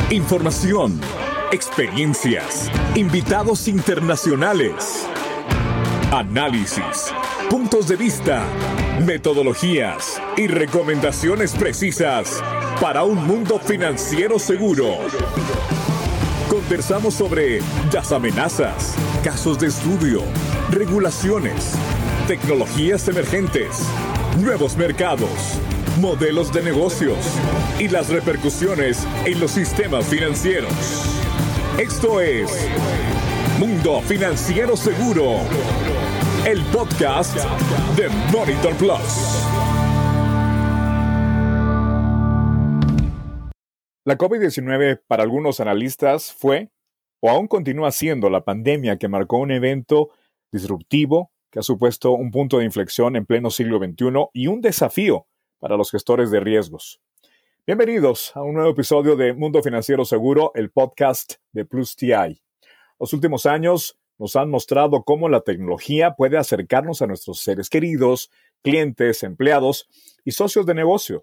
Información, experiencias, invitados internacionales, análisis, puntos de vista, metodologías y recomendaciones precisas para un mundo financiero seguro. Conversamos sobre las amenazas, casos de estudio, regulaciones, tecnologías emergentes, nuevos mercados, modelos de negocios y las repercusiones en los sistemas financieros. Esto es Mundo Financiero Seguro, el podcast de Monitor Plus. La COVID-19 para algunos analistas fue o aún continúa siendo la pandemia que marcó un evento disruptivo que ha supuesto un punto de inflexión en pleno siglo XXI y un desafío para los gestores de riesgos. Bienvenidos a un nuevo episodio de Mundo Financiero Seguro, el podcast de Plus TI. Los últimos años nos han mostrado cómo la tecnología puede acercarnos a nuestros seres queridos, clientes, empleados y socios de negocio.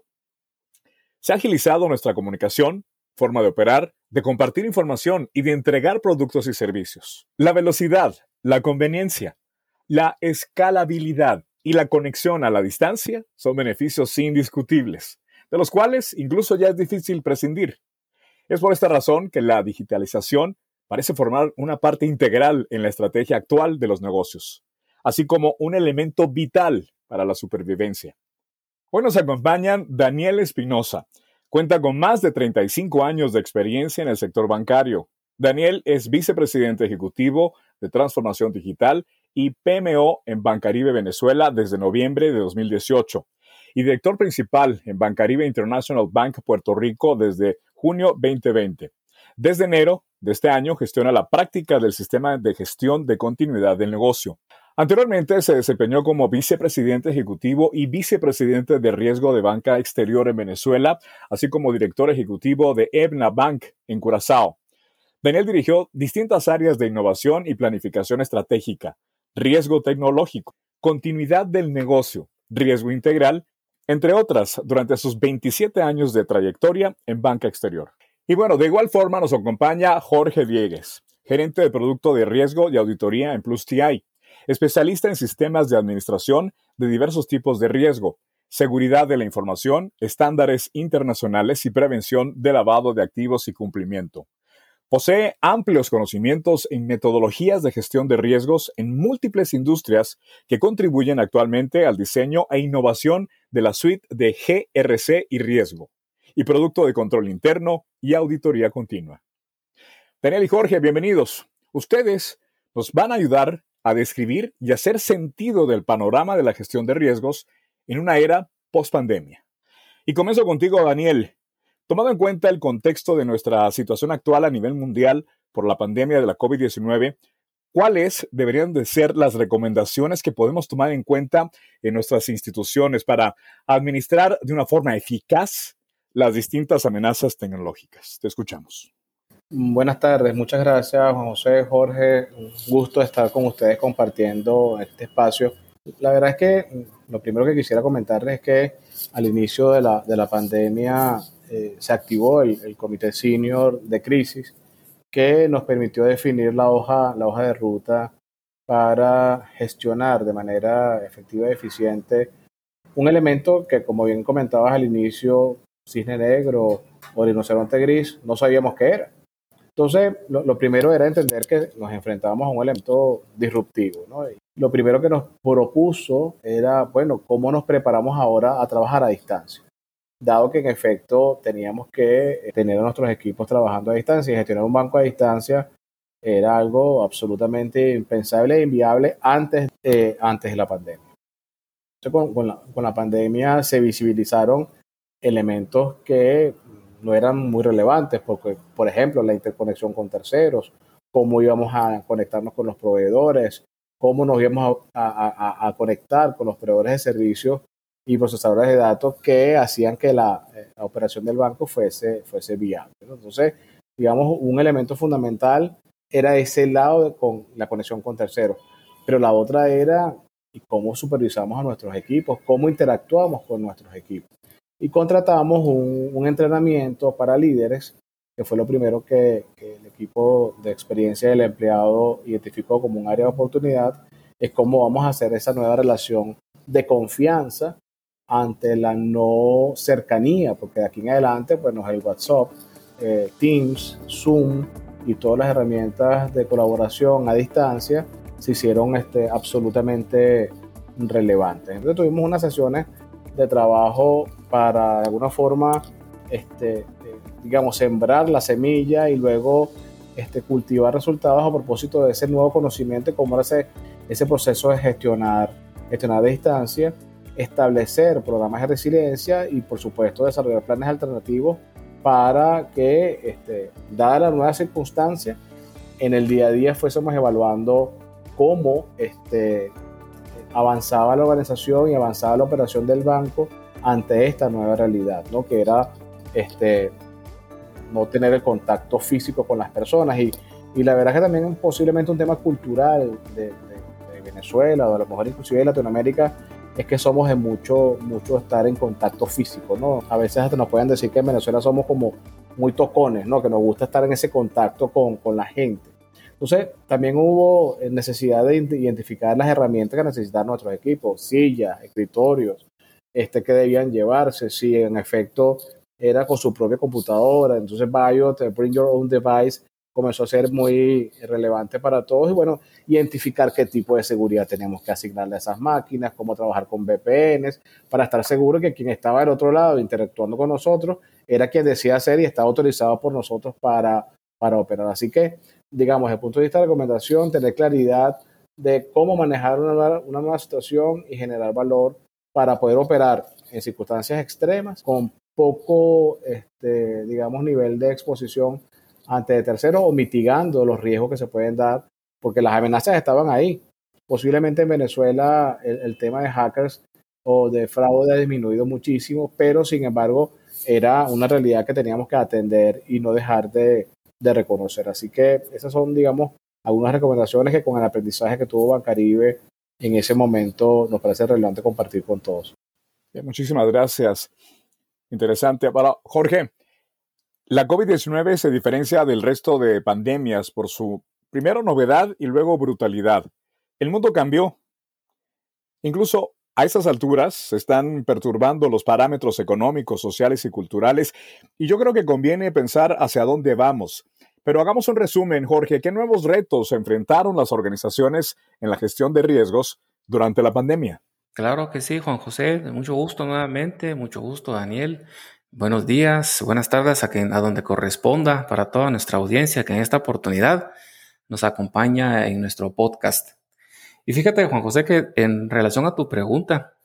Se ha agilizado nuestra comunicación, forma de operar, de compartir información y de entregar productos y servicios. La velocidad, la conveniencia, la escalabilidad y la conexión a la distancia son beneficios indiscutibles, de los cuales incluso ya es difícil prescindir. Es por esta razón que la digitalización parece formar una parte integral en la estrategia actual de los negocios, así como un elemento vital para la supervivencia. Hoy nos acompañan Daniel Espinosa. Cuenta con más de 35 años de experiencia en el sector bancario. Daniel es vicepresidente ejecutivo de Transformación Digital y PMO en Bancaribe Venezuela desde noviembre de 2018 y director principal en Bancaribe International Bank Puerto Rico desde junio 2020. Desde enero de este año gestiona la práctica del sistema de gestión de continuidad del negocio. Anteriormente se desempeñó como vicepresidente ejecutivo y vicepresidente de riesgo de banca exterior en Venezuela, así como director ejecutivo de Ebna Bank en Curazao. Daniel dirigió distintas áreas de innovación y planificación estratégica, riesgo tecnológico, continuidad del negocio, riesgo integral, entre otras, durante sus 27 años de trayectoria en banca exterior. Y bueno, de igual forma nos acompaña Jorge Diegues, gerente de producto de riesgo y auditoría en Plus TI, especialista en sistemas de administración de diversos tipos de riesgo, seguridad de la información, estándares internacionales y prevención de lavado de activos y cumplimiento. Posee amplios conocimientos en metodologías de gestión de riesgos en múltiples industrias que contribuyen actualmente al diseño e innovación de la suite de GRC y riesgo, y producto de control interno y auditoría continua. Daniel y Jorge, bienvenidos. Ustedes nos van a ayudar a describir y hacer sentido del panorama de la gestión de riesgos en una era post-pandemia. Y comienzo contigo, Daniel. Tomando en cuenta el contexto de nuestra situación actual a nivel mundial por la pandemia de la COVID-19, ¿cuáles deberían de ser las recomendaciones que podemos tomar en cuenta en nuestras instituciones para administrar de una forma eficaz las distintas amenazas tecnológicas? Te escuchamos. Buenas tardes, muchas gracias Juan José, Jorge, un gusto estar con ustedes compartiendo este espacio. La verdad es que lo primero que quisiera comentarles es que al inicio de la pandemia se activó el Comité Senior de Crisis que nos permitió definir la hoja de ruta para gestionar de manera efectiva y eficiente un elemento que, como bien comentabas al inicio, cisne negro o rinoceronte gris, no sabíamos qué era. Entonces, lo primero era entender que nos enfrentábamos a un elemento disruptivo, ¿no? Y lo primero que nos propuso era, bueno, ¿cómo nos preparamos ahora a trabajar a distancia? Dado que en efecto teníamos que tener a nuestros equipos trabajando a distancia y gestionar un banco a distancia era algo absolutamente impensable e inviable antes de la pandemia. Entonces, con la pandemia se visibilizaron elementos que no eran muy relevantes, porque, por ejemplo, la interconexión con terceros, cómo íbamos a conectarnos con los proveedores, cómo nos íbamos a conectar con los proveedores de servicios y procesadores de datos que hacían que la operación del banco fuese viable, ¿no? Entonces, digamos, un elemento fundamental era ese lado con la conexión con terceros, pero la otra era cómo supervisamos a nuestros equipos, cómo interactuamos con nuestros equipos. Y contratamos un entrenamiento para líderes que fue lo primero que el equipo de experiencia del empleado identificó como un área de oportunidad, es cómo vamos a hacer esa nueva relación de confianza ante la no cercanía, porque de aquí en adelante, pues el WhatsApp, Teams, Zoom y todas las herramientas de colaboración a distancia se hicieron absolutamente relevantes. Entonces tuvimos unas sesiones de trabajo para de alguna forma, digamos, sembrar la semilla y luego cultivar resultados a propósito de ese nuevo conocimiento y cómo era ese proceso de gestionar a distancia, establecer programas de resiliencia y, por supuesto, desarrollar planes alternativos para que, dadas las nuevas circunstancias, en el día a día fuésemos evaluando cómo avanzaba la organización y avanzaba la operación del banco ante esta nueva realidad, ¿no? Que era no tener el contacto físico con las personas. Y la verdad que también posiblemente un tema cultural de Venezuela o a lo mejor inclusive de Latinoamérica es que somos de mucho estar en contacto físico, ¿no? A veces hasta nos pueden decir que en Venezuela somos como muy tocones, ¿no? Que nos gusta estar en ese contacto con la gente. Entonces, también hubo necesidad de identificar las herramientas que necesitaban nuestros equipos, sillas, escritorios, que debían llevarse, si en efecto era con su propia computadora. Entonces, Biot, Bring Your Own Device, comenzó a ser muy relevante para todos y bueno, identificar qué tipo de seguridad tenemos que asignarle a esas máquinas, cómo trabajar con VPNs, para estar seguro que quien estaba del otro lado interactuando con nosotros era quien decía hacer y estaba autorizado por nosotros para operar. Así que, digamos, desde el punto de vista de recomendación, tener claridad de cómo manejar una nueva situación y generar valor para poder operar en circunstancias extremas con poco, digamos, nivel de exposición ante terceros o mitigando los riesgos que se pueden dar, porque las amenazas estaban ahí. Posiblemente en Venezuela el tema de hackers o de fraude ha disminuido muchísimo, pero sin embargo era una realidad que teníamos que atender y no dejar de reconocer. Así que esas son, digamos, algunas recomendaciones que con el aprendizaje que tuvo Bancaribe en ese momento nos parece relevante compartir con todos. Muchísimas gracias. Interesante. Ahora, Jorge, la COVID-19 se diferencia del resto de pandemias por su, primero, novedad y luego brutalidad. El mundo cambió. Incluso a esas alturas se están perturbando los parámetros económicos, sociales y culturales, y yo creo que conviene pensar hacia dónde vamos. Pero hagamos un resumen, Jorge. ¿Qué nuevos retos enfrentaron las organizaciones en la gestión de riesgos durante la pandemia? Claro que sí, Juan José. Mucho gusto nuevamente, mucho gusto, Daniel. Buenos días, buenas tardes a donde corresponda para toda nuestra audiencia que en esta oportunidad nos acompaña en nuestro podcast. Y fíjate, Juan José, que en relación a tu pregunta,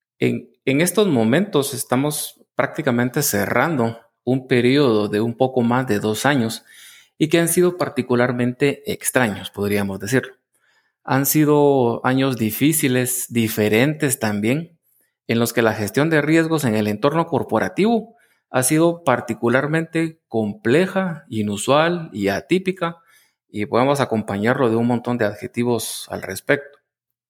en estos momentos estamos prácticamente cerrando un periodo de un poco más de 2 años y que han sido particularmente extraños, podríamos decirlo. Han sido años difíciles, diferentes también, en los que la gestión de riesgos en el entorno corporativo ha sido particularmente compleja, inusual y atípica, y podemos acompañarlo de un montón de adjetivos al respecto.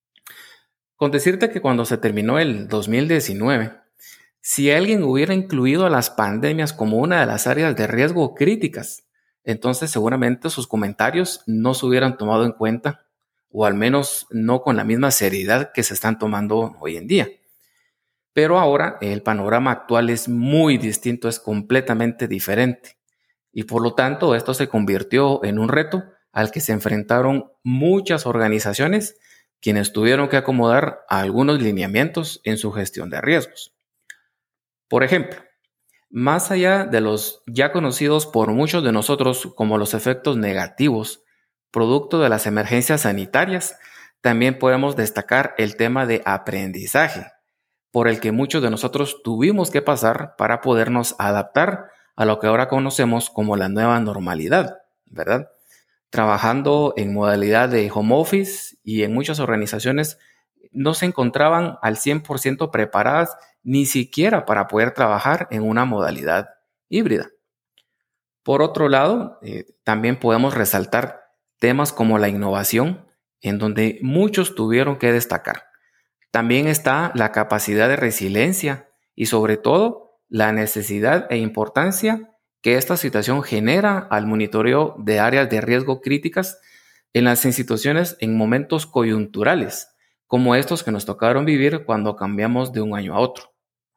Con decirte que cuando se terminó el 2019, si alguien hubiera incluido a las pandemias como una de las áreas de riesgo críticas, entonces seguramente sus comentarios no se hubieran tomado en cuenta, o al menos no con la misma seriedad que se están tomando hoy en día. Pero ahora el panorama actual es muy distinto, es completamente diferente. Y por lo tanto, esto se convirtió en un reto al que se enfrentaron muchas organizaciones quienes tuvieron que acomodar algunos lineamientos en su gestión de riesgos. Por ejemplo, más allá de los ya conocidos por muchos de nosotros como los efectos negativos producto de las emergencias sanitarias, también podemos destacar el tema de aprendizaje, por el que muchos de nosotros tuvimos que pasar para podernos adaptar a lo que ahora conocemos como la nueva normalidad, ¿verdad? Trabajando en modalidad de home office y en muchas organizaciones no se encontraban al 100% preparadas ni siquiera para poder trabajar en una modalidad híbrida. Por otro lado, también podemos resaltar temas como la innovación, en donde muchos tuvieron que destacar. También está la capacidad de resiliencia y sobre todo la necesidad e importancia que esta situación genera al monitoreo de áreas de riesgo críticas en las instituciones en momentos coyunturales, como estos que nos tocaron vivir cuando cambiamos de un año a otro.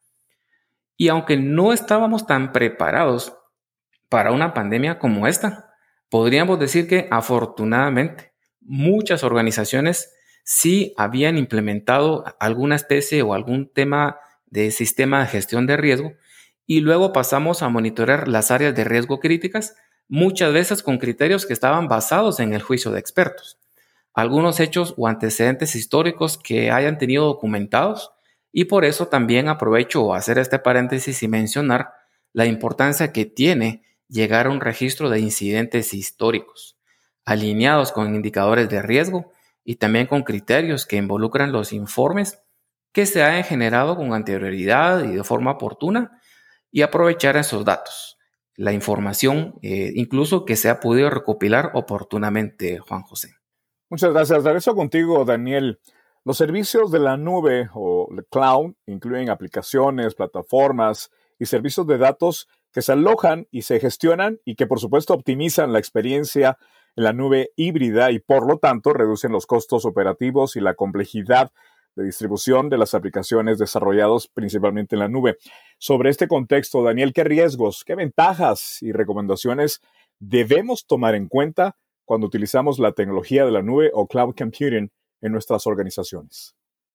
Y aunque no estábamos tan preparados para una pandemia como esta, podríamos decir que afortunadamente muchas organizaciones sí habían implementado alguna especie o algún tema de sistema de gestión de riesgo y luego pasamos a monitorear las áreas de riesgo críticas, muchas veces con criterios que estaban basados en el juicio de expertos. Algunos hechos o antecedentes históricos que hayan tenido documentados, y por eso también aprovecho hacer este paréntesis y mencionar la importancia que tiene llegar a un registro de incidentes históricos, alineados con indicadores de riesgo y también con criterios que involucran los informes que se hayan generado con anterioridad y de forma oportuna, y aprovechar esos datos, la información incluso que se ha podido recopilar oportunamente, Juan José. Muchas gracias. Regreso contigo, Daniel. Los servicios de la nube o el cloud incluyen aplicaciones, plataformas y servicios de datos que se alojan y se gestionan y que, por supuesto, optimizan la experiencia en la nube híbrida y, por lo tanto, reducen los costos operativos y la complejidad de distribución de las aplicaciones desarrolladas principalmente en la nube. Sobre este contexto, Daniel, ¿qué riesgos, qué ventajas y recomendaciones debemos tomar en cuenta cuando utilizamos la tecnología de la nube o cloud computing en nuestras organizaciones?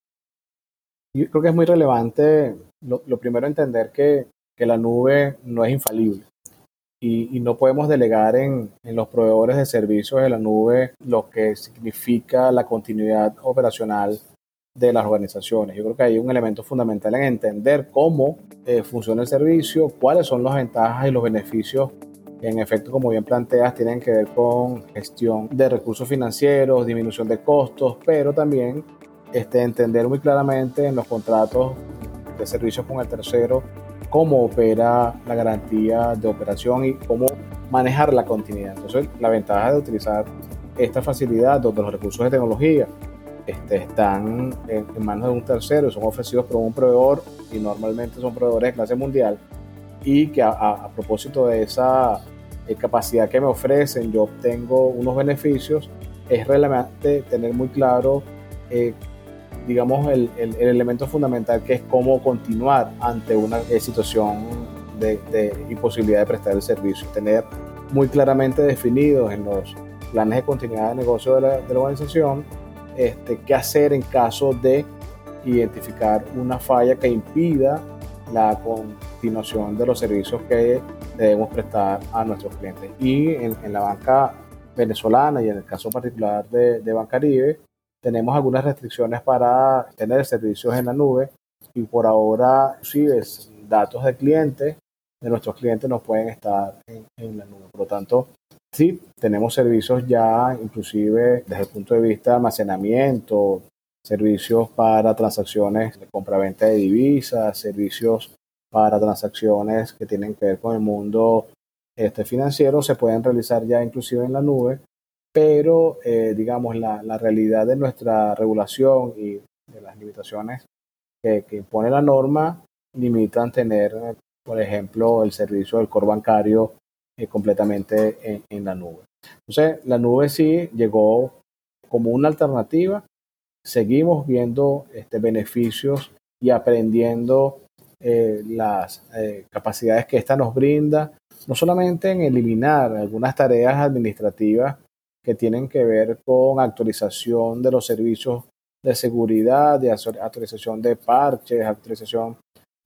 Yo creo que es muy relevante, lo primero, entender que la nube no es infalible y no podemos delegar en los proveedores de servicios de la nube lo que significa la continuidad operacional de las organizaciones. Yo creo que hay un elemento fundamental en entender cómo funciona el servicio, cuáles son las ventajas y los beneficios que, en efecto, como bien planteas, tienen que ver con gestión de recursos financieros, disminución de costos, pero también entender muy claramente en los contratos de servicios con el tercero cómo opera la garantía de operación y cómo manejar la continuidad. Entonces, la ventaja de utilizar esta facilidad donde los recursos de tecnología están en manos de un tercero y son ofrecidos por un proveedor, y normalmente son proveedores de clase mundial, y que a propósito de esa capacidad que me ofrecen, yo obtengo unos beneficios. Es relevante tener muy claro, digamos, el elemento fundamental, que es cómo continuar ante una situación de imposibilidad de prestar el servicio. Tener muy claramente definidos en los planes de continuidad de negocio de la organización qué hacer en caso de identificar una falla que impida la continuación de los servicios que debemos prestar a nuestros clientes. Y en la banca venezolana, y en el caso particular de Bancaribe, tenemos algunas restricciones para tener servicios en la nube, y por ahora, sí, datos de nuestros clientes no pueden estar en la nube. Por lo tanto, sí, tenemos servicios ya, inclusive desde el punto de vista de almacenamiento, servicios para transacciones de compraventa de divisas, servicios para transacciones que tienen que ver con el mundo financiero, se pueden realizar ya inclusive en la nube, pero digamos, la realidad de nuestra regulación y de las limitaciones que impone la norma limitan tener, por ejemplo, el servicio del core bancario completamente en la nube. Entonces, la nube sí llegó como una alternativa. Seguimos viendo beneficios y aprendiendo las capacidades que esta nos brinda, no solamente en eliminar algunas tareas administrativas que tienen que ver con actualización de los servicios de seguridad, de actualización de parches, actualización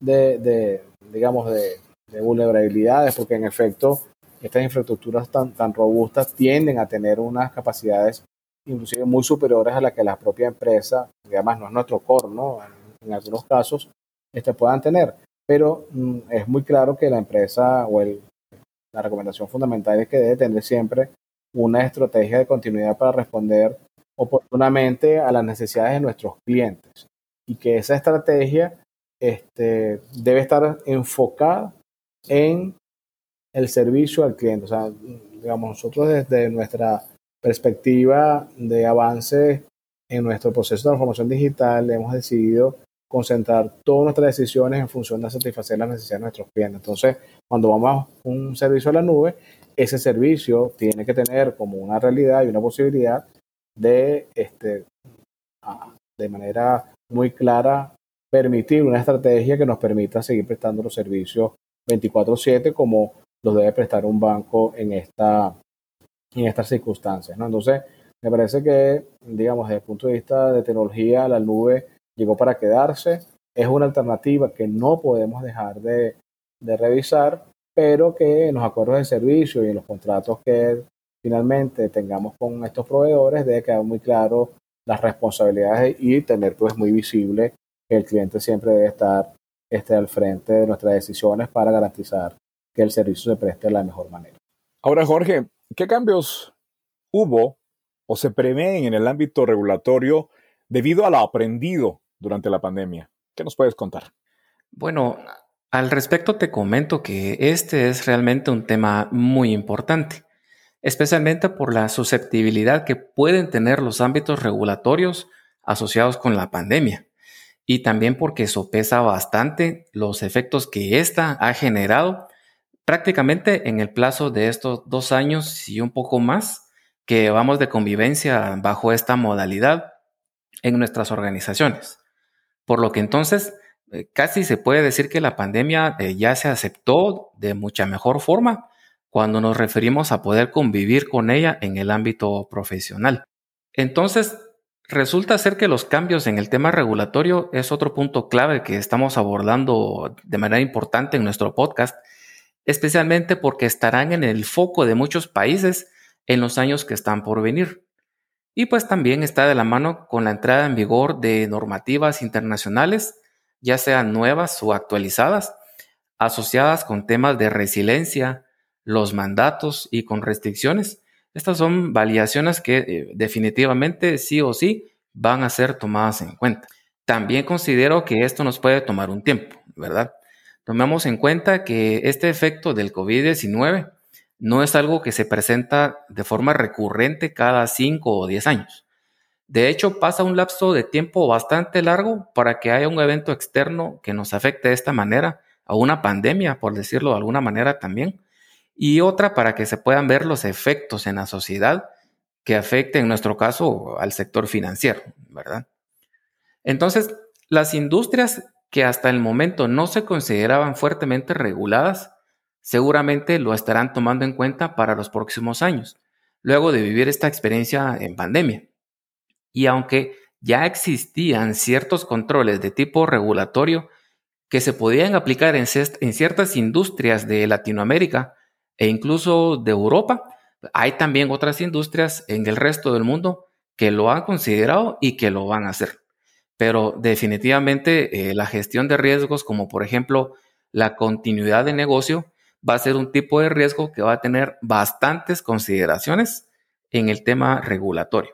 digamos, de vulnerabilidades, porque en efecto estas infraestructuras tan robustas tienden a tener unas capacidades inclusive muy superiores a las que la propia empresa, que además no es nuestro core, ¿no?, en algunos casos, puedan tener. Pero es muy claro que la empresa la recomendación fundamental es que debe tener siempre una estrategia de continuidad para responder oportunamente a las necesidades de nuestros clientes, y que esa estrategia debe estar enfocada en el servicio al cliente. O sea, digamos, nosotros desde nuestra perspectiva de avance en nuestro proceso de transformación digital hemos decidido concentrar todas nuestras decisiones en función de satisfacer las necesidades de nuestros clientes. Entonces, cuando vamos a un servicio a la nube, ese servicio tiene que tener como una realidad y una posibilidad de, de manera muy clara, permitir una estrategia que nos permita seguir prestando los servicios 24/7 como los debe prestar un banco en estas circunstancias, ¿no? Entonces, me parece que, digamos, desde el punto de vista de tecnología, la nube llegó para quedarse. Es una alternativa que no podemos dejar de revisar, pero que en los acuerdos de servicio y en los contratos que finalmente tengamos con estos proveedores debe quedar muy claro las responsabilidades y tener pues muy visible que el cliente siempre debe estar al frente de nuestras decisiones para garantizar que el servicio se preste de la mejor manera. Ahora, Jorge, ¿qué cambios hubo o se prevén en el ámbito regulatorio debido a lo aprendido durante la pandemia? ¿Qué nos puedes contar? Bueno, al respecto te comento que este es realmente un tema muy importante, especialmente por la susceptibilidad que pueden tener los ámbitos regulatorios asociados con la pandemia y también porque sopesa bastante los efectos que ésta ha generado prácticamente en el plazo de estos 2 años y un poco más que vamos de convivencia bajo esta modalidad en nuestras organizaciones. Por lo que entonces casi se puede decir que la pandemia ya se aceptó de mucha mejor forma cuando nos referimos a poder convivir con ella en el ámbito profesional. Entonces, resulta ser que los cambios en el tema regulatorio es otro punto clave que estamos abordando de manera importante en nuestro podcast, especialmente porque estarán en el foco de muchos países en los años que están por venir. Y pues también está de la mano con la entrada en vigor de normativas internacionales, ya sean nuevas o actualizadas, asociadas con temas de resiliencia, los mandatos y con restricciones. Estas son validaciones que definitivamente sí o sí van a ser tomadas en cuenta. También considero que esto nos puede tomar un tiempo, ¿verdad? Tomemos en cuenta que este efecto del COVID-19 no es algo que se presenta de forma recurrente cada 5 o 10 años. De hecho, pasa un lapso de tiempo bastante largo para que haya un evento externo que nos afecte de esta manera, a una pandemia, por decirlo de alguna manera también, y otra para que se puedan ver los efectos en la sociedad que afecten, en nuestro caso, al sector financiero, ¿verdad? Entonces, las industrias que hasta el momento no se consideraban fuertemente reguladas, seguramente lo estarán tomando en cuenta para los próximos años, luego de vivir esta experiencia en pandemia. Y aunque ya existían ciertos controles de tipo regulatorio que se podían aplicar en ciertas industrias de Latinoamérica e incluso de Europa, hay también otras industrias en el resto del mundo que lo han considerado y que lo van a hacer. Pero definitivamente la gestión de riesgos, como por ejemplo la continuidad de negocio, va a ser un tipo de riesgo que va a tener bastantes consideraciones en el tema regulatorio.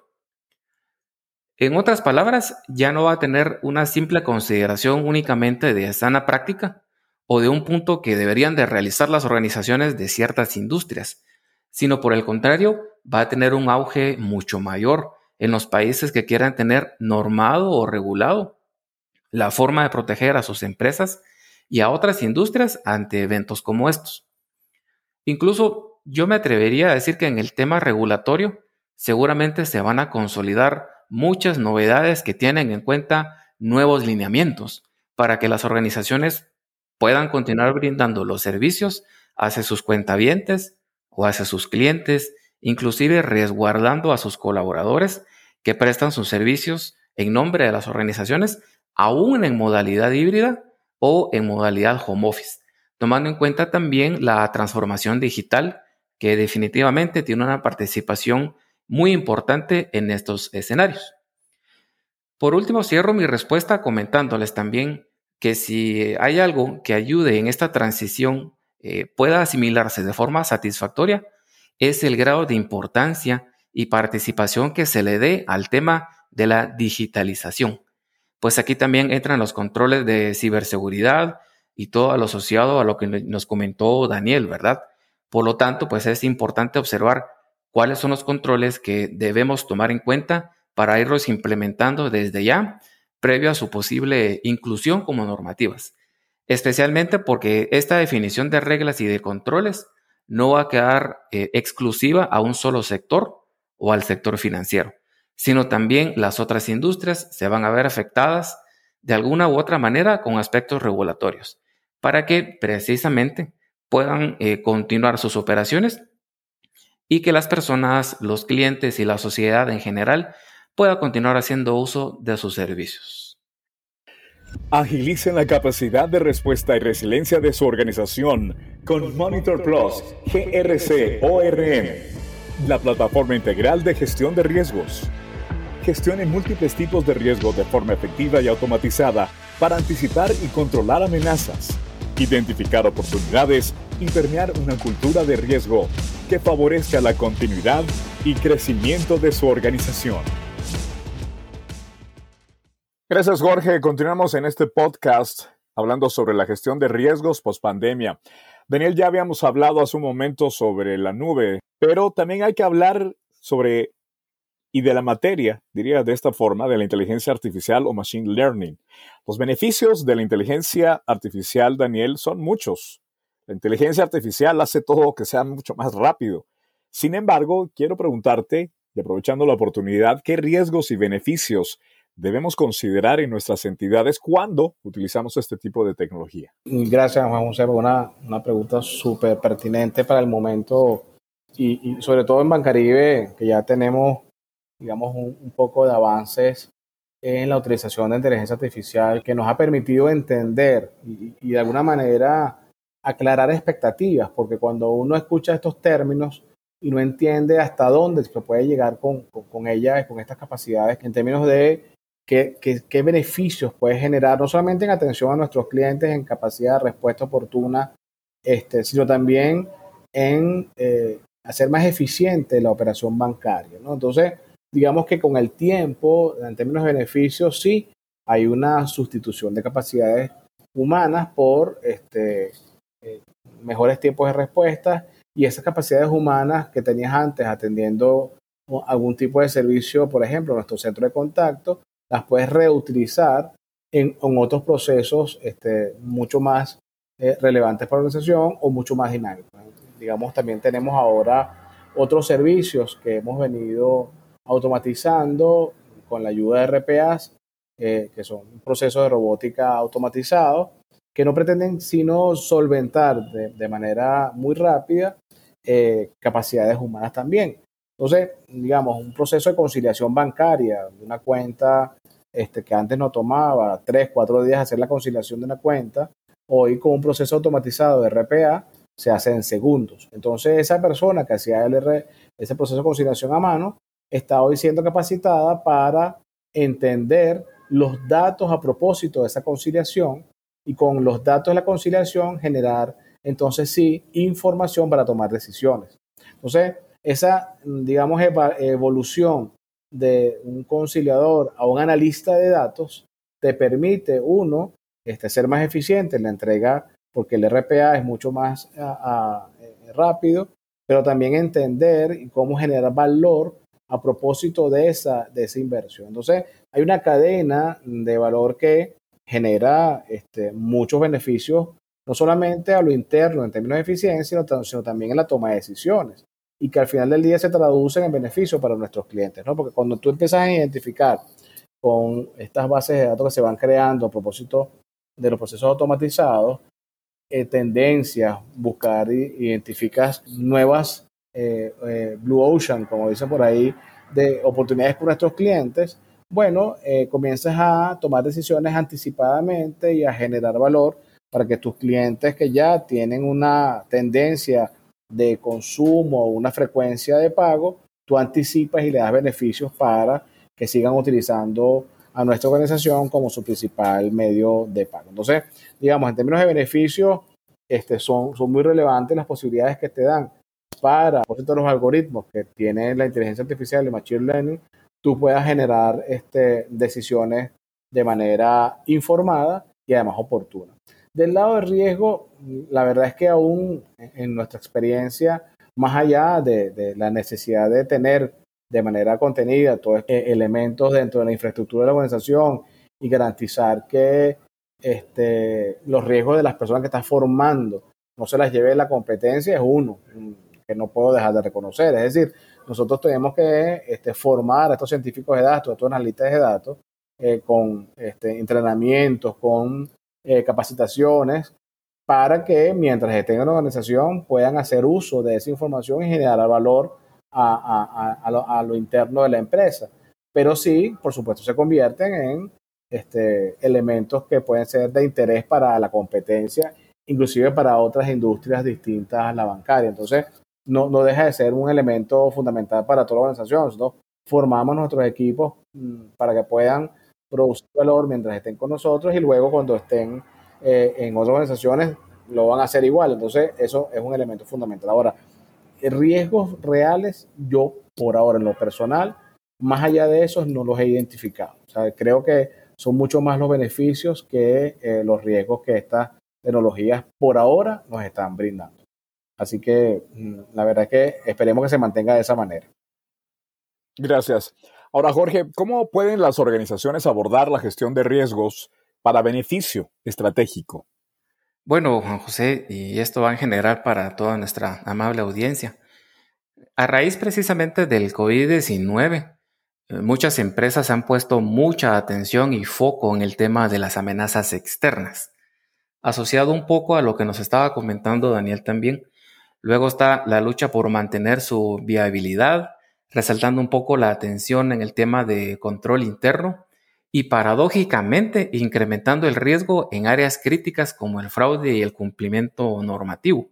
En otras palabras, ya no va a tener una simple consideración únicamente de sana práctica o de un punto que deberían de realizar las organizaciones de ciertas industrias, sino por el contrario, va a tener un auge mucho mayor en los países que quieran tener normado o regulado la forma de proteger a sus empresas y a otras industrias ante eventos como estos. Incluso yo me atrevería a decir que en el tema regulatorio seguramente se van a consolidar muchas novedades que tienen en cuenta nuevos lineamientos para que las organizaciones puedan continuar brindando los servicios hacia sus cuentavientes o hacia sus clientes, inclusive resguardando a sus colaboradores que prestan sus servicios en nombre de las organizaciones, aún en modalidad híbrida o en modalidad home office, tomando en cuenta también la transformación digital que definitivamente tiene una participación muy importante en estos escenarios. Por último, cierro mi respuesta comentándoles también que si hay algo que ayude en esta transición pueda asimilarse de forma satisfactoria, es el grado de importancia y participación que se le dé al tema de la digitalización. Pues aquí también entran los controles de ciberseguridad y todo lo asociado a lo que nos comentó Daniel, ¿verdad? Por lo tanto, pues es importante observar cuáles son los controles que debemos tomar en cuenta para irlos implementando desde ya, previo a su posible inclusión como normativas, especialmente porque esta definición de reglas y de controles no va a quedar exclusiva a un solo sector o al sector financiero, sino también las otras industrias se van a ver afectadas de alguna u otra manera con aspectos regulatorios, para que precisamente puedan continuar sus operaciones y que las personas, los clientes y la sociedad en general pueda continuar haciendo uso de sus servicios. Agilicen la capacidad de respuesta y resiliencia de su organización con Monitor Plus GRC ORM, la plataforma integral de gestión de riesgos. Gestione múltiples tipos de riesgo de forma efectiva y automatizada para anticipar y controlar amenazas, identificar oportunidades y permear una cultura de riesgo que favorezca la continuidad y crecimiento de su organización. Gracias, Jorge. Continuamos en este podcast hablando sobre la gestión de riesgos post-pandemia. Daniel, ya habíamos hablado hace un momento sobre la nube, pero también hay que hablar sobre y de la materia, diría de esta forma, de la inteligencia artificial o machine learning. Los beneficios de la inteligencia artificial, Daniel, son muchos. La inteligencia artificial hace todo que sea mucho más rápido. Sin embargo, quiero preguntarte, y aprovechando la oportunidad, ¿qué riesgos y beneficios debemos considerar en nuestras entidades cuando utilizamos este tipo de tecnología? Gracias, Juan José, por una pregunta súper pertinente para el momento y sobre todo en Bancaribe, que ya tenemos, digamos, un poco de avances en la utilización de inteligencia artificial que nos ha permitido entender y de alguna manera aclarar expectativas, porque cuando uno escucha estos términos y no entiende hasta dónde se puede llegar con ella, con estas capacidades, en términos de qué beneficios puede generar, no solamente en atención a nuestros clientes, en capacidad de respuesta oportuna, sino también en hacer más eficiente la operación bancaria, ¿no? Entonces, digamos que con el tiempo, en términos de beneficios, sí hay una sustitución de capacidades humanas por mejores tiempos de respuesta, y esas capacidades humanas que tenías antes atendiendo algún tipo de servicio, por ejemplo, nuestro centro de contacto, las puedes reutilizar en otros procesos mucho más relevantes para la organización o mucho más dinámicos. Digamos, también tenemos ahora otros servicios que hemos venido automatizando con la ayuda de RPAs, que son un proceso de robótica automatizado, que no pretenden sino solventar de manera muy rápida capacidades humanas también. Entonces, digamos, un proceso de conciliación bancaria de una cuenta que antes no tomaba 3, 4 días hacer la conciliación de una cuenta, hoy con un proceso automatizado de RPA se hace en segundos. Entonces, esa persona que hacía ese proceso de conciliación a mano está hoy siendo capacitada para entender los datos a propósito de esa conciliación y con los datos de la conciliación generar entonces sí información para tomar decisiones. Entonces, esa, digamos, evolución de un conciliador a un analista de datos te permite, uno, ser más eficiente en la entrega, porque el RPA es mucho más rápido, pero también entender cómo generar valor a propósito de esa inversión. Entonces, hay una cadena de valor que genera muchos beneficios, no solamente a lo interno en términos de eficiencia, sino también en la toma de decisiones, y que al final del día se traducen en beneficios para nuestros clientes, ¿no? Porque cuando tú empiezas a identificar con estas bases de datos que se van creando a propósito de los procesos automatizados, tendencias, buscar identificas nuevas Blue Ocean, como dicen por ahí, de oportunidades por nuestros clientes, bueno, comienzas a tomar decisiones anticipadamente y a generar valor para que tus clientes que ya tienen una tendencia de consumo o una frecuencia de pago, tú anticipas y le das beneficios para que sigan utilizando a nuestra organización como su principal medio de pago. Entonces, digamos, en términos de beneficios, son muy relevantes las posibilidades que te dan para, por ejemplo, los algoritmos que tiene la inteligencia artificial y machine learning, tú puedas generar decisiones de manera informada y además oportuna. Del lado de riesgo, la verdad es que aún en nuestra experiencia, más allá de la necesidad de tener de manera contenida todos elementos dentro de la infraestructura de la organización y garantizar que los riesgos de las personas que están formando no se las lleve la competencia es uno que no puedo dejar de reconocer. Es decir, nosotros tenemos que formar a estos científicos de datos, a estos analistas de datos, con entrenamientos, con capacitaciones, para que mientras estén en la organización puedan hacer uso de esa información y generar valor a lo interno de la empresa. Pero sí, por supuesto, se convierten en elementos que pueden ser de interés para la competencia, inclusive para otras industrias distintas a la bancaria. Entonces, no deja de ser un elemento fundamental para toda la organización. Nosotros formamos nuestros equipos para que puedan producir valor mientras estén con nosotros y luego cuando estén en otras organizaciones lo van a hacer igual. Entonces, eso es un elemento fundamental. Ahora, riesgos reales, yo por ahora en lo personal, más allá de esos, no los he identificado. O sea, creo que son mucho más los beneficios que los riesgos que estas tecnologías por ahora nos están brindando. Así que la verdad es que esperemos que se mantenga de esa manera. Gracias. Ahora, Jorge, ¿cómo pueden las organizaciones abordar la gestión de riesgos para beneficio estratégico? Bueno, Juan José, y esto va en general para toda nuestra amable audiencia. A raíz precisamente del COVID-19, muchas empresas han puesto mucha atención y foco en el tema de las amenazas externas, asociado un poco a lo que nos estaba comentando Daniel también. Luego está la lucha por mantener su viabilidad, resaltando un poco la atención en el tema de control interno y paradójicamente incrementando el riesgo en áreas críticas como el fraude y el cumplimiento normativo.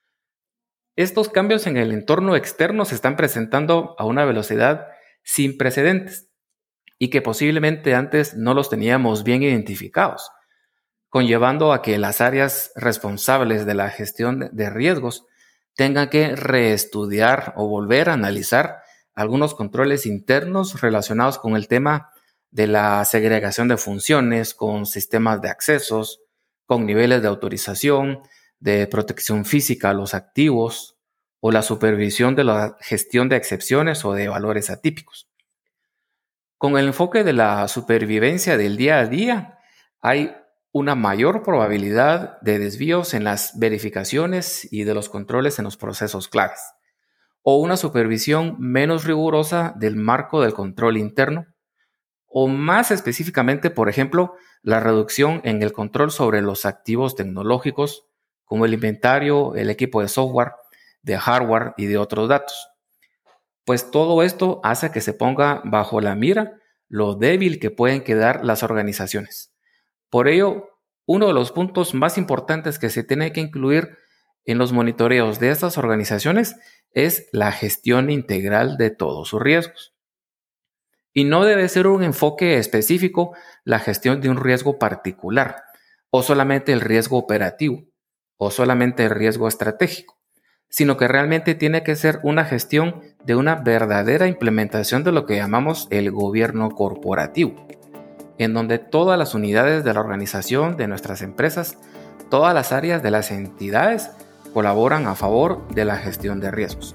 Estos cambios en el entorno externo se están presentando a una velocidad sin precedentes y que posiblemente antes no los teníamos bien identificados, conllevando a que las áreas responsables de la gestión de riesgos tengan que reestudiar o volver a analizar algunos controles internos relacionados con el tema de la segregación de funciones, con sistemas de accesos, con niveles de autorización, de protección física a los activos o la supervisión de la gestión de excepciones o de valores atípicos. Con el enfoque de la supervivencia del día a día, hay una mayor probabilidad de desvíos en las verificaciones y de los controles en los procesos claves, o una supervisión menos rigurosa del marco del control interno, o más específicamente, por ejemplo, la reducción en el control sobre los activos tecnológicos, como el inventario, el equipo de software, de hardware y de otros datos. Pues todo esto hace que se ponga bajo la mira lo débil que pueden quedar las organizaciones. Por ello, uno de los puntos más importantes que se tiene que incluir en los monitoreos de estas organizaciones es la gestión integral de todos sus riesgos. Y no debe ser un enfoque específico la gestión de un riesgo particular, o solamente el riesgo operativo, o solamente el riesgo estratégico, sino que realmente tiene que ser una gestión de una verdadera implementación de lo que llamamos el gobierno corporativo, en donde todas las unidades de la organización de nuestras empresas, todas las áreas de las entidades colaboran a favor de la gestión de riesgos.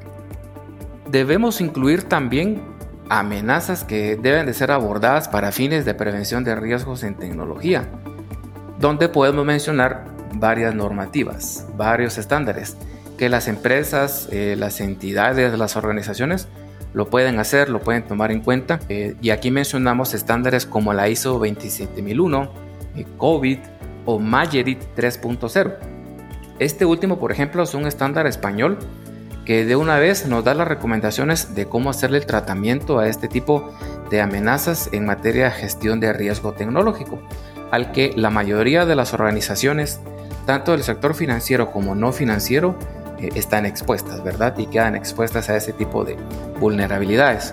Debemos incluir también amenazas que deben de ser abordadas para fines de prevención de riesgos en tecnología, donde podemos mencionar varias normativas, varios estándares que las empresas, las entidades, las organizaciones lo pueden hacer, lo pueden tomar en cuenta. Y aquí mencionamos estándares como la ISO 27001, COVID o Magerit 3.0. Este último, por ejemplo, es un estándar español que de una vez nos da las recomendaciones de cómo hacerle el tratamiento a este tipo de amenazas en materia de gestión de riesgo tecnológico, al que la mayoría de las organizaciones, tanto del sector financiero como no financiero, están expuestas, ¿verdad? Y quedan expuestas a ese tipo de vulnerabilidades.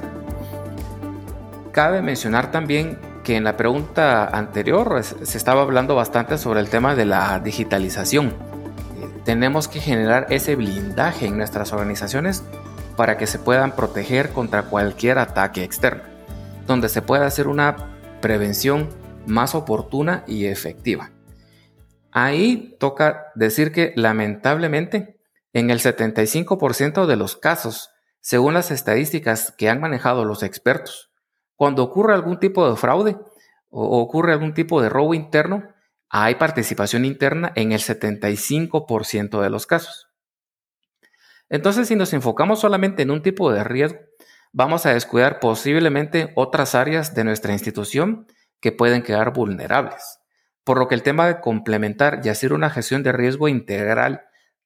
Cabe mencionar también que en la pregunta anterior se estaba hablando bastante sobre el tema de la digitalización. Tenemos que generar ese blindaje en nuestras organizaciones para que se puedan proteger contra cualquier ataque externo, donde se pueda hacer una prevención más oportuna y efectiva. Ahí toca decir que lamentablemente en el 75% de los casos, según las estadísticas que han manejado los expertos, cuando ocurre algún tipo de fraude, o ocurre algún tipo de robo interno, hay participación interna en el 75% de los casos. Entonces, si nos enfocamos solamente en un tipo de riesgo, vamos a descuidar posiblemente otras áreas de nuestra institución que pueden quedar vulnerables. Por lo que el tema de complementar y hacer una gestión de riesgo integral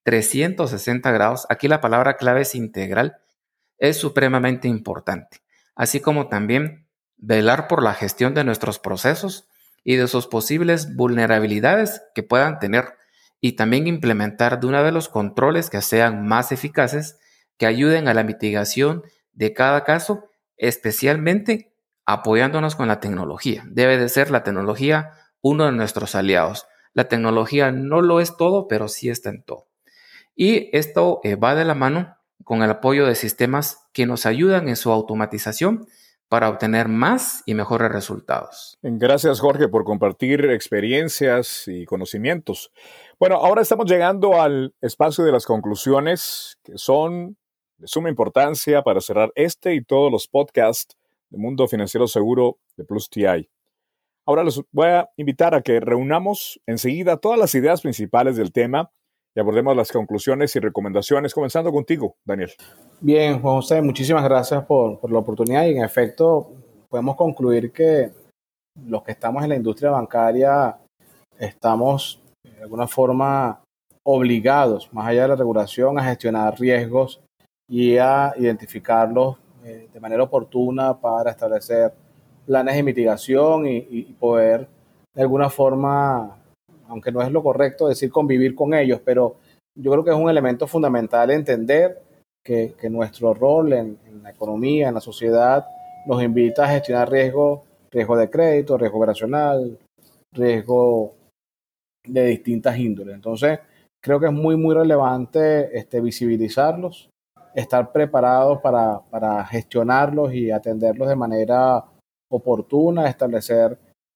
360 grados, aquí la palabra clave es integral, es supremamente importante, así como también velar por la gestión de nuestros procesos y de sus posibles vulnerabilidades que puedan tener, y también implementar de una vez los controles que sean más eficaces, que ayuden a la mitigación de cada caso, especialmente apoyándonos con la tecnología. Debe de ser la tecnología uno de nuestros aliados. La tecnología no lo es todo, pero sí está en todo. Y esto va de la mano con el apoyo de sistemas que nos ayudan en su automatización para obtener más y mejores resultados. Gracias, Jorge, por compartir experiencias y conocimientos. Bueno, ahora estamos llegando al espacio de las conclusiones, que son de suma importancia para cerrar este y todos los podcasts de Mundo Financiero Seguro de Plus TI. Ahora los voy a invitar a que reunamos enseguida todas las ideas principales del tema y abordemos las conclusiones y recomendaciones, comenzando contigo, Daniel. Bien, Juan José, muchísimas gracias por la oportunidad y en efecto podemos concluir que los que estamos en la industria bancaria estamos de alguna forma obligados, más allá de la regulación, a gestionar riesgos y a identificarlos de manera oportuna para establecer planes de mitigación y poder de alguna forma, aunque no es lo correcto decir convivir con ellos, pero yo creo que es un elemento fundamental entender que nuestro rol en la economía, en la sociedad, nos invita a gestionar riesgo de crédito, riesgo operacional, riesgo de distintas índoles. Entonces, creo que es muy relevante visibilizarlos, estar preparados para gestionarlos y atenderlos de manera oportuna, establecer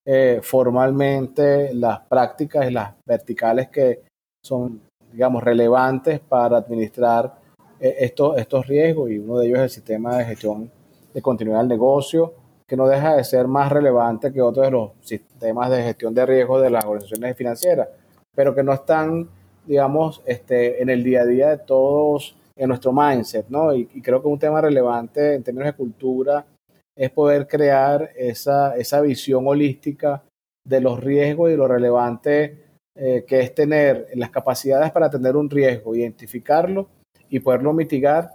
formalmente las prácticas y las verticales que son, digamos, relevantes para administrar estos riesgos, y uno de ellos es el sistema de gestión de continuidad del negocio, que no deja de ser más relevante que otros de los sistemas de gestión de riesgos de las organizaciones financieras, pero que no están, digamos, en el día a día de todos, en nuestro mindset, ¿no? Y creo que un tema relevante en términos de cultura es poder crear esa visión holística de los riesgos y lo relevante que es tener las capacidades para atender un riesgo, identificarlo y poderlo mitigar,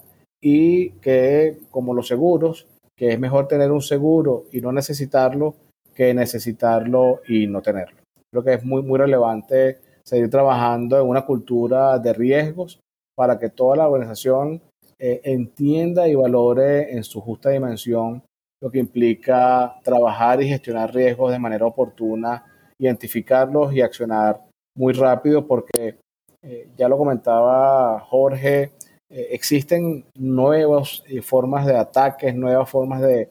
y que, como los seguros, que es mejor tener un seguro y no necesitarlo que necesitarlo y no tenerlo. Creo que es muy relevante seguir trabajando en una cultura de riesgos para que toda la organización entienda y valore en su justa dimensión lo que implica trabajar y gestionar riesgos de manera oportuna, identificarlos y accionar muy rápido, porque ya lo comentaba Jorge, existen nuevas formas de ataques, nuevas formas de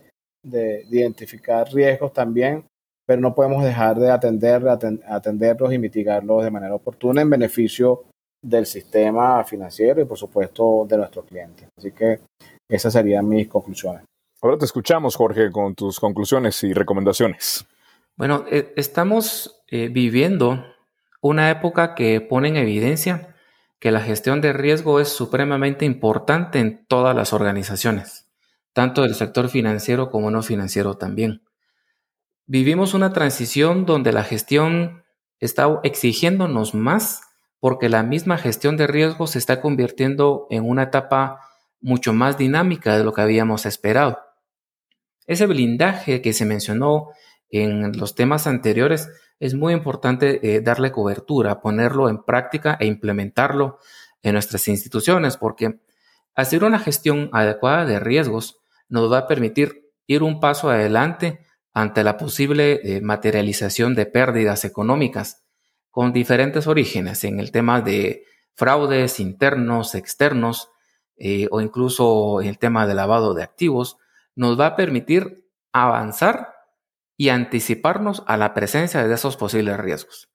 identificar riesgos también, pero no podemos dejar de atenderlos y mitigarlos de manera oportuna en beneficio del sistema financiero y, por supuesto, de nuestros clientes. Así que esas serían mis conclusiones. Ahora te escuchamos, Jorge, con tus conclusiones y recomendaciones. Bueno, estamos viviendo una época que pone en evidencia que la gestión de riesgo es supremamente importante en todas las organizaciones, tanto del sector financiero como no financiero también. Vivimos una transición donde la gestión está exigiéndonos más, porque la misma gestión de riesgo se está convirtiendo en una etapa mucho más dinámica de lo que habíamos esperado. Ese blindaje que se mencionó en los temas anteriores es muy importante darle cobertura, ponerlo en práctica e implementarlo en nuestras instituciones, porque hacer una gestión adecuada de riesgos nos va a permitir ir un paso adelante ante la posible materialización de pérdidas económicas con diferentes orígenes en el tema de fraudes internos, externos, o incluso en el tema de lavado de activos. Nos va a permitir avanzar y anticiparnos a la presencia de esos posibles riesgos.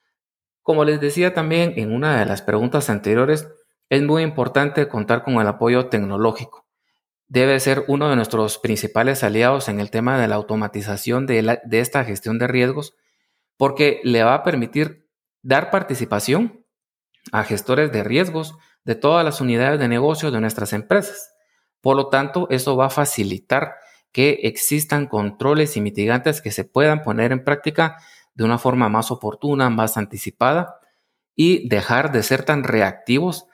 Como les decía también en una de las preguntas anteriores, es muy importante contar con el apoyo tecnológico. debe ser uno de nuestros principales aliados en el tema de la automatización de esta gestión de riesgos, porque le va a permitir dar participación a gestores de riesgos de todas las unidades de negocio de nuestras empresas. Por lo tanto, eso va a facilitar que existan controles y mitigantes que se puedan poner en práctica de una forma más oportuna, más anticipada, y dejar de ser tan reactivos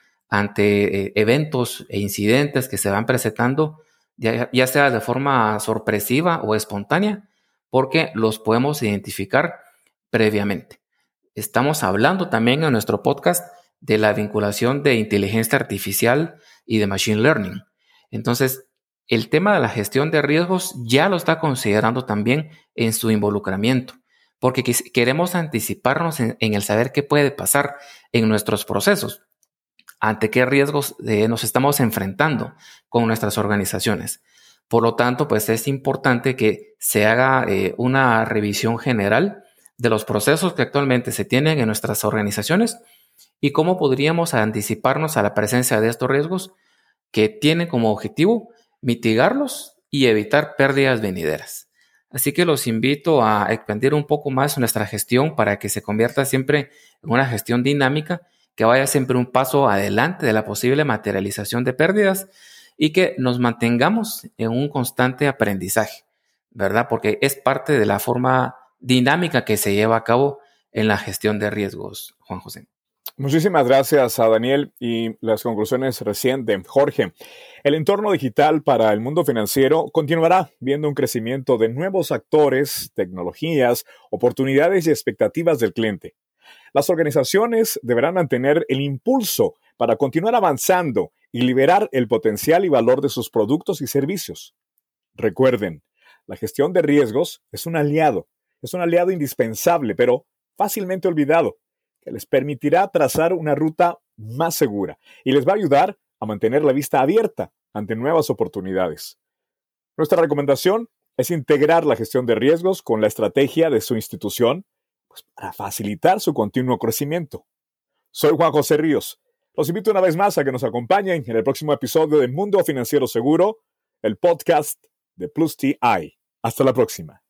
ante eventos e incidentes que se van presentando, ya sea de forma sorpresiva o espontánea, porque los podemos identificar previamente. Estamos hablando también en nuestro podcast de la vinculación de inteligencia artificial y de machine learning. Entonces, el tema de la gestión de riesgos ya lo está considerando también en su involucramiento, porque queremos anticiparnos en el saber qué puede pasar en nuestros procesos, ante qué riesgos nos estamos enfrentando con nuestras organizaciones. Por lo tanto, pues es importante que se haga una revisión general de los procesos que actualmente se tienen en nuestras organizaciones y cómo podríamos anticiparnos a la presencia de estos riesgos que tienen como objetivo mitigarlos y evitar pérdidas venideras. Así que los invito a expandir un poco más nuestra gestión para que se convierta siempre en una gestión dinámica, que vaya siempre un paso adelante de la posible materialización de pérdidas y que nos mantengamos en un constante aprendizaje, ¿verdad? Porque es parte de la forma dinámica que se lleva a cabo en la gestión de riesgos, Juan José. Muchísimas gracias a Daniel y las conclusiones recientes. Jorge, el entorno digital para el mundo financiero continuará viendo un crecimiento de nuevos actores, tecnologías, oportunidades y expectativas del cliente. Las organizaciones deberán mantener el impulso para continuar avanzando y liberar el potencial y valor de sus productos y servicios. Recuerden, la gestión de riesgos es un aliado indispensable, pero fácilmente olvidado, que les permitirá trazar una ruta más segura y les va a ayudar a mantener la vista abierta ante nuevas oportunidades. Nuestra recomendación es integrar la gestión de riesgos con la estrategia de su institución, pues, para facilitar su continuo crecimiento. Soy Juan José Ríos. Los invito una vez más a que nos acompañen en el próximo episodio de Mundo Financiero Seguro, el podcast de Plus TI. Hasta la próxima.